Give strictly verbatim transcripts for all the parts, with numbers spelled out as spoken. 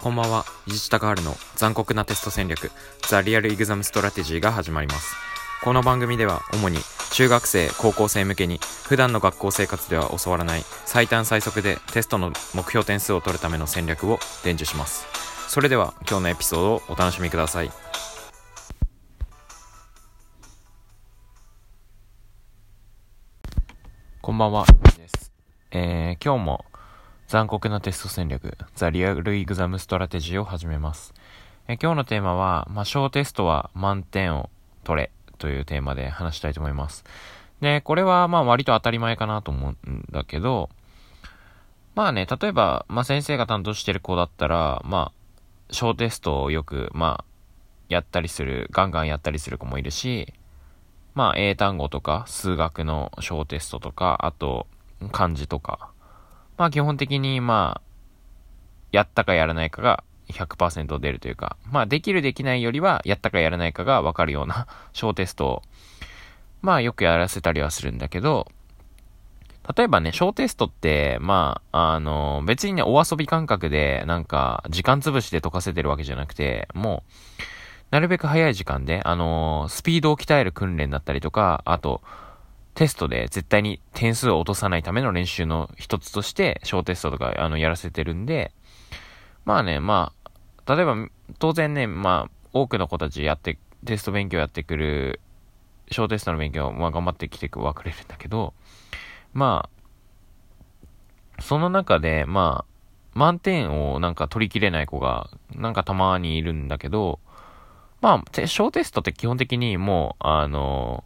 こんばんは。伊地知高春の残酷なテスト戦略ザ・リアル・エグザム・ストラテジーが始まります。この番組では主に中学生高校生向けに普段の学校生活では教わらない最短最速でテストの目標点数を取るための戦略を伝授します。それでは今日のエピソードをお楽しみください。こんばんは、です。えー、今日も残酷なテスト戦略ザ・リアル・エグザム・ストラテジーを始めます。えー、今日のテーマは、まあ、小テストは満点を取れというテーマで話したいと思います。で、これはまあ割と当たり前かなと思うんだけど、まあね、例えば、まあ、先生が担当してる子だったら、まあ小テストをよくまあやったりする、ガンガンやったりする子もいるし、まあ英単語とか数学の小テストとか、あと漢字とか、まあ基本的にまあやったかやらないかが ひゃくパーセント 出るというか、まあできるできないよりはやったかやらないかが分かるような小テストをまあよくやらせたりはするんだけど、例えばね、小テストってまああの別にね、お遊び感覚でなんか時間潰しで解かせてるわけじゃなくて、もうなるべく早い時間であのスピードを鍛える訓練だったりとか、あとテストで絶対に点数を落とさないための練習の一つとして小テストとかあのやらせてるんで、まあね、まあ例えば当然ね、まあ多くの子たちやってテスト勉強やってくる小テストの勉強を、まあ、頑張ってきてくわくれるんだけど、まあその中でまあ満点をなんか取りきれない子がなんかたまにいるんだけど、まあ小テストって基本的にもうあの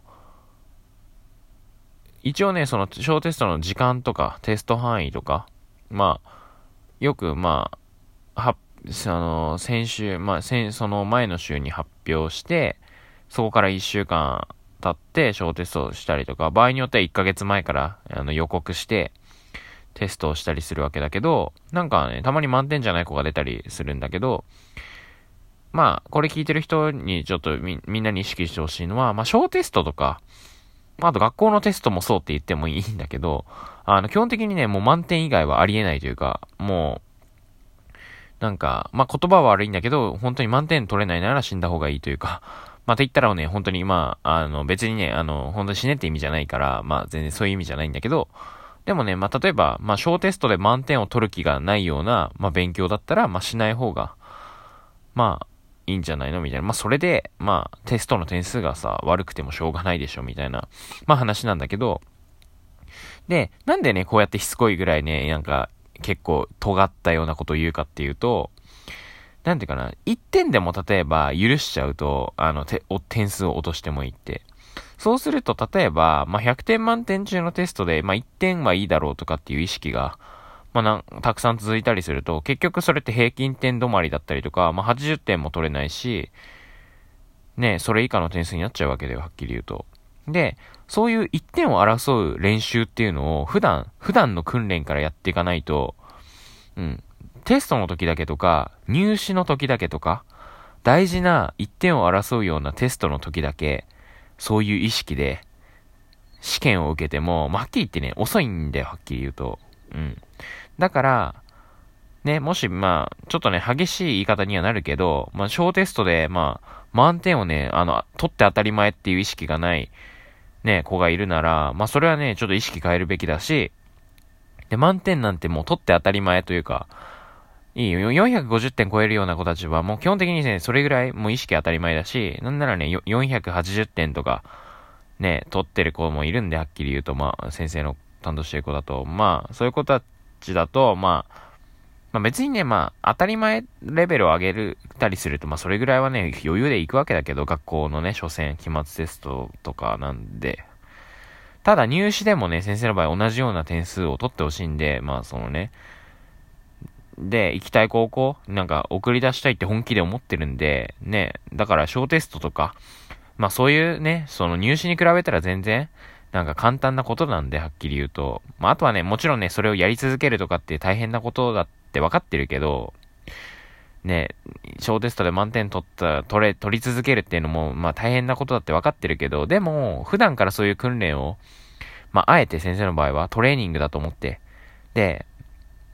一応ね、その小テストの時間とかテスト範囲とか、まあよくまあはあの先週、まあ先その前の週に発表して、そこからいっしゅうかん経って小テストをしたりとか、場合によってはいっかげつまえからあの予告してテストをしたりするわけだけど、なんかね、たまに満点じゃない子が出たりするんだけど、まあこれ聞いてる人にちょっと み, みんなに意識してほしいのは、まあ小テストとか、あと学校のテストもそうって言ってもいいんだけど、あの基本的にね、もう満点以外はありえないというか、もうなんかまあ言葉は悪いんだけど、本当に満点取れないなら死んだ方がいいというか、まあって言ったらね、本当にまああの別にね、あの本当に死ねって意味じゃないから、まあ全然そういう意味じゃないんだけど、でもね、まあ例えばまあ小テストで満点を取る気がないようなまあ勉強だったら、まあしない方がまあいいんじゃないのみたいな。まあ、それで、まあ、テストの点数がさ、悪くてもしょうがないでしょ、みたいな、まあ話なんだけど、で、なんでね、こうやってしつこいぐらいね、なんか、結構、尖ったようなことを言うかっていうと、なんていうかな、いってんでも例えば、許しちゃうと、あの、て点数を落としてもいいって。そうすると、例えば、まあ、ひゃくてん満点中のテストで、まあ、いってんはいいだろうとかっていう意識が、まあ、なんたくさん続いたりすると、結局それって平均点止まりだったりとか、まあ、はちじゅってんも取れないし、ね、それ以下の点数になっちゃうわけだよ、はっきり言うと。で、そういういってんを争う練習っていうのを、普段、普段の訓練からやっていかないと、うん、テストの時だけとか、入試の時だけとか、大事ないってんを争うようなテストの時だけ、そういう意識で、試験を受けても、まあ、はっきり言ってね、遅いんだよ、はっきり言うと。うん。だから、ね、もし、まあ、ちょっとね、激しい言い方にはなるけど、まあ、小テストで、まあ、満点をね、あの、取って当たり前っていう意識がない、ね、子がいるなら、まあ、それはね、ちょっと意識変えるべきだし、で、満点なんてもう取って当たり前というか、いいよ、よんひゃくごじゅってん超えるような子たちは、もう基本的にね、それぐらい、もう意識当たり前だし、なんならね、よんひゃくはちじゅってんとか、ね、取ってる子もいるんで、はっきり言うと、まあ、先生の担当してる子だと、まあ、そういう子たちだと、まあ、まあ別にね、まあ、当たり前レベルを上げるたりすると、まあそれぐらいはね、余裕で行くわけだけど、学校のね、初戦、期末テストとかなんで。ただ入試でもね、先生の場合同じような点数を取ってほしいんで、まあそのね、で、行きたい高校、なんか送り出したいって本気で思ってるんで、ね、だから小テストとか、まあそういうね、その入試に比べたら全然、なんか簡単なことなんで、はっきり言うと。まああとはね、もちろんね、それをやり続けるとかって大変なことだって分かってるけど、ね、小テストで満点取った、取れ、取り続けるっていうのも、まあ大変なことだって分かってるけど、でも、普段からそういう訓練を、まああえて先生の場合はトレーニングだと思って、で、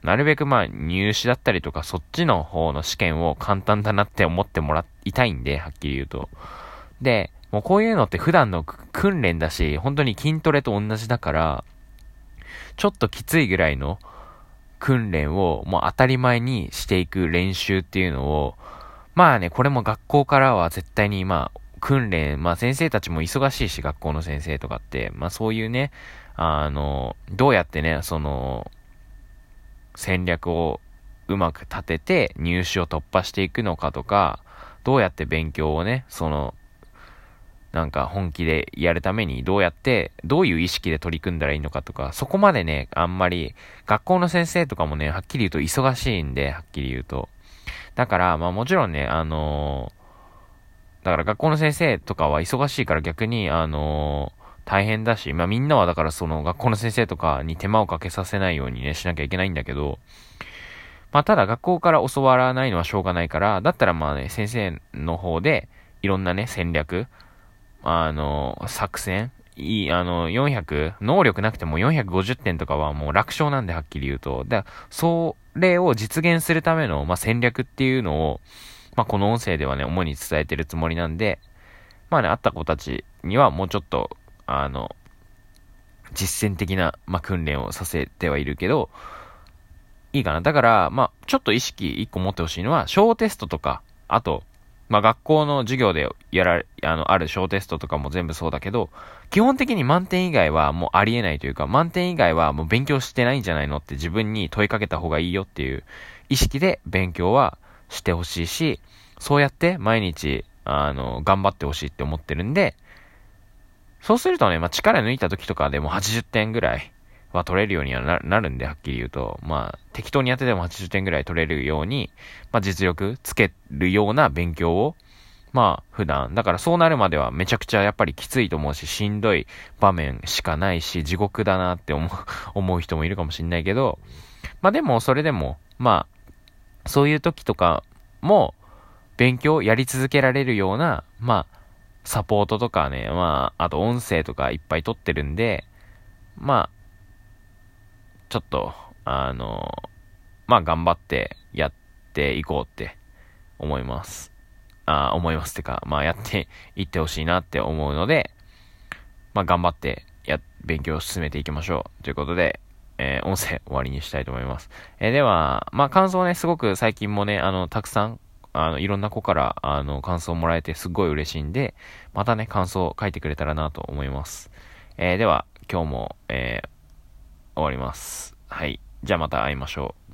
なるべくまあ入試だったりとかそっちの方の試験を簡単だなって思ってもらいたいんで、はっきり言うと。で、もうこういうのって普段の訓練だし、本当に筋トレと同じだから、ちょっときついぐらいの訓練をもう当たり前にしていく練習っていうのを、まあね、これも学校からは絶対にまあ、訓練、まあ先生たちも忙しいし、学校の先生とかって、まあそういうね、あの、どうやってね、その、戦略をうまく立てて入試を突破していくのかとか、どうやって勉強をね、その、なんか本気でやるためにどうやって、どういう意識で取り組んだらいいのかとか、そこまでね、あんまり、学校の先生とかもね、はっきり言うと忙しいんで、はっきり言うと。だから、まあもちろんね、あのー、だから学校の先生とかは忙しいから逆に、あのー、大変だし、まあみんなはだからその学校の先生とかに手間をかけさせないようにね、しなきゃいけないんだけど、まあただ学校から教わらないのはしょうがないから、だったらまあね、先生の方で、いろんなね、戦略、あの、作戦、いい、あの、よんひゃく、能力なくてもよんひゃくごじゅってんとかはもう楽勝なんではっきり言うと。だそれを実現するための、まあ、戦略っていうのを、まあ、この音声ではね、主に伝えてるつもりなんで、まあね、会った子たちにはもうちょっと、あの、実践的な、まあ、訓練をさせてはいるけど、いいかな。だから、まあ、ちょっと意識一個持ってほしいのは、小テストとか、あと、まあ、学校の授業でやられ、あの、ある小テストとかも全部そうだけど、基本的に満点以外はもうありえないというか、満点以外はもう勉強してないんじゃないのって自分に問いかけた方がいいよっていう意識で勉強はしてほしいし、そうやって毎日、あの、頑張ってほしいって思ってるんで、そうするとね、まあ、力抜いた時とかでもはちじゅってんぐらいは取れるようには な, なるんで、はっきり言うと、まあ、適当にやっててもはちじゅってんぐらい取れるように、まあ、実力つけるような勉強を、まあ、普段、だからそうなるまではめちゃくちゃやっぱりきついと思うし、しんどい場面しかないし、地獄だなって思う、思う人もいるかもしんないけど、まあでも、それでも、まあ、そういう時とかも、勉強やり続けられるような、まあ、サポートとかね、まあ、あと音声とかいっぱい撮ってるんで、まあ、ちょっと、あの、まあ、頑張ってやっていこうって思います。あ思いますってか、まあ、やっていってほしいなって思うので、まあ、頑張ってや、勉強を進めていきましょう。ということで、えー、音声終わりにしたいと思います。えー、では、まあ、感想ね、すごく最近もね、あの、たくさん、あの、いろんな子から、あの、感想をもらえてすごい嬉しいんで、またね、感想を書いてくれたらなと思います。えー、では、今日も、えー、終わります。はい。じゃあまた会いましょう。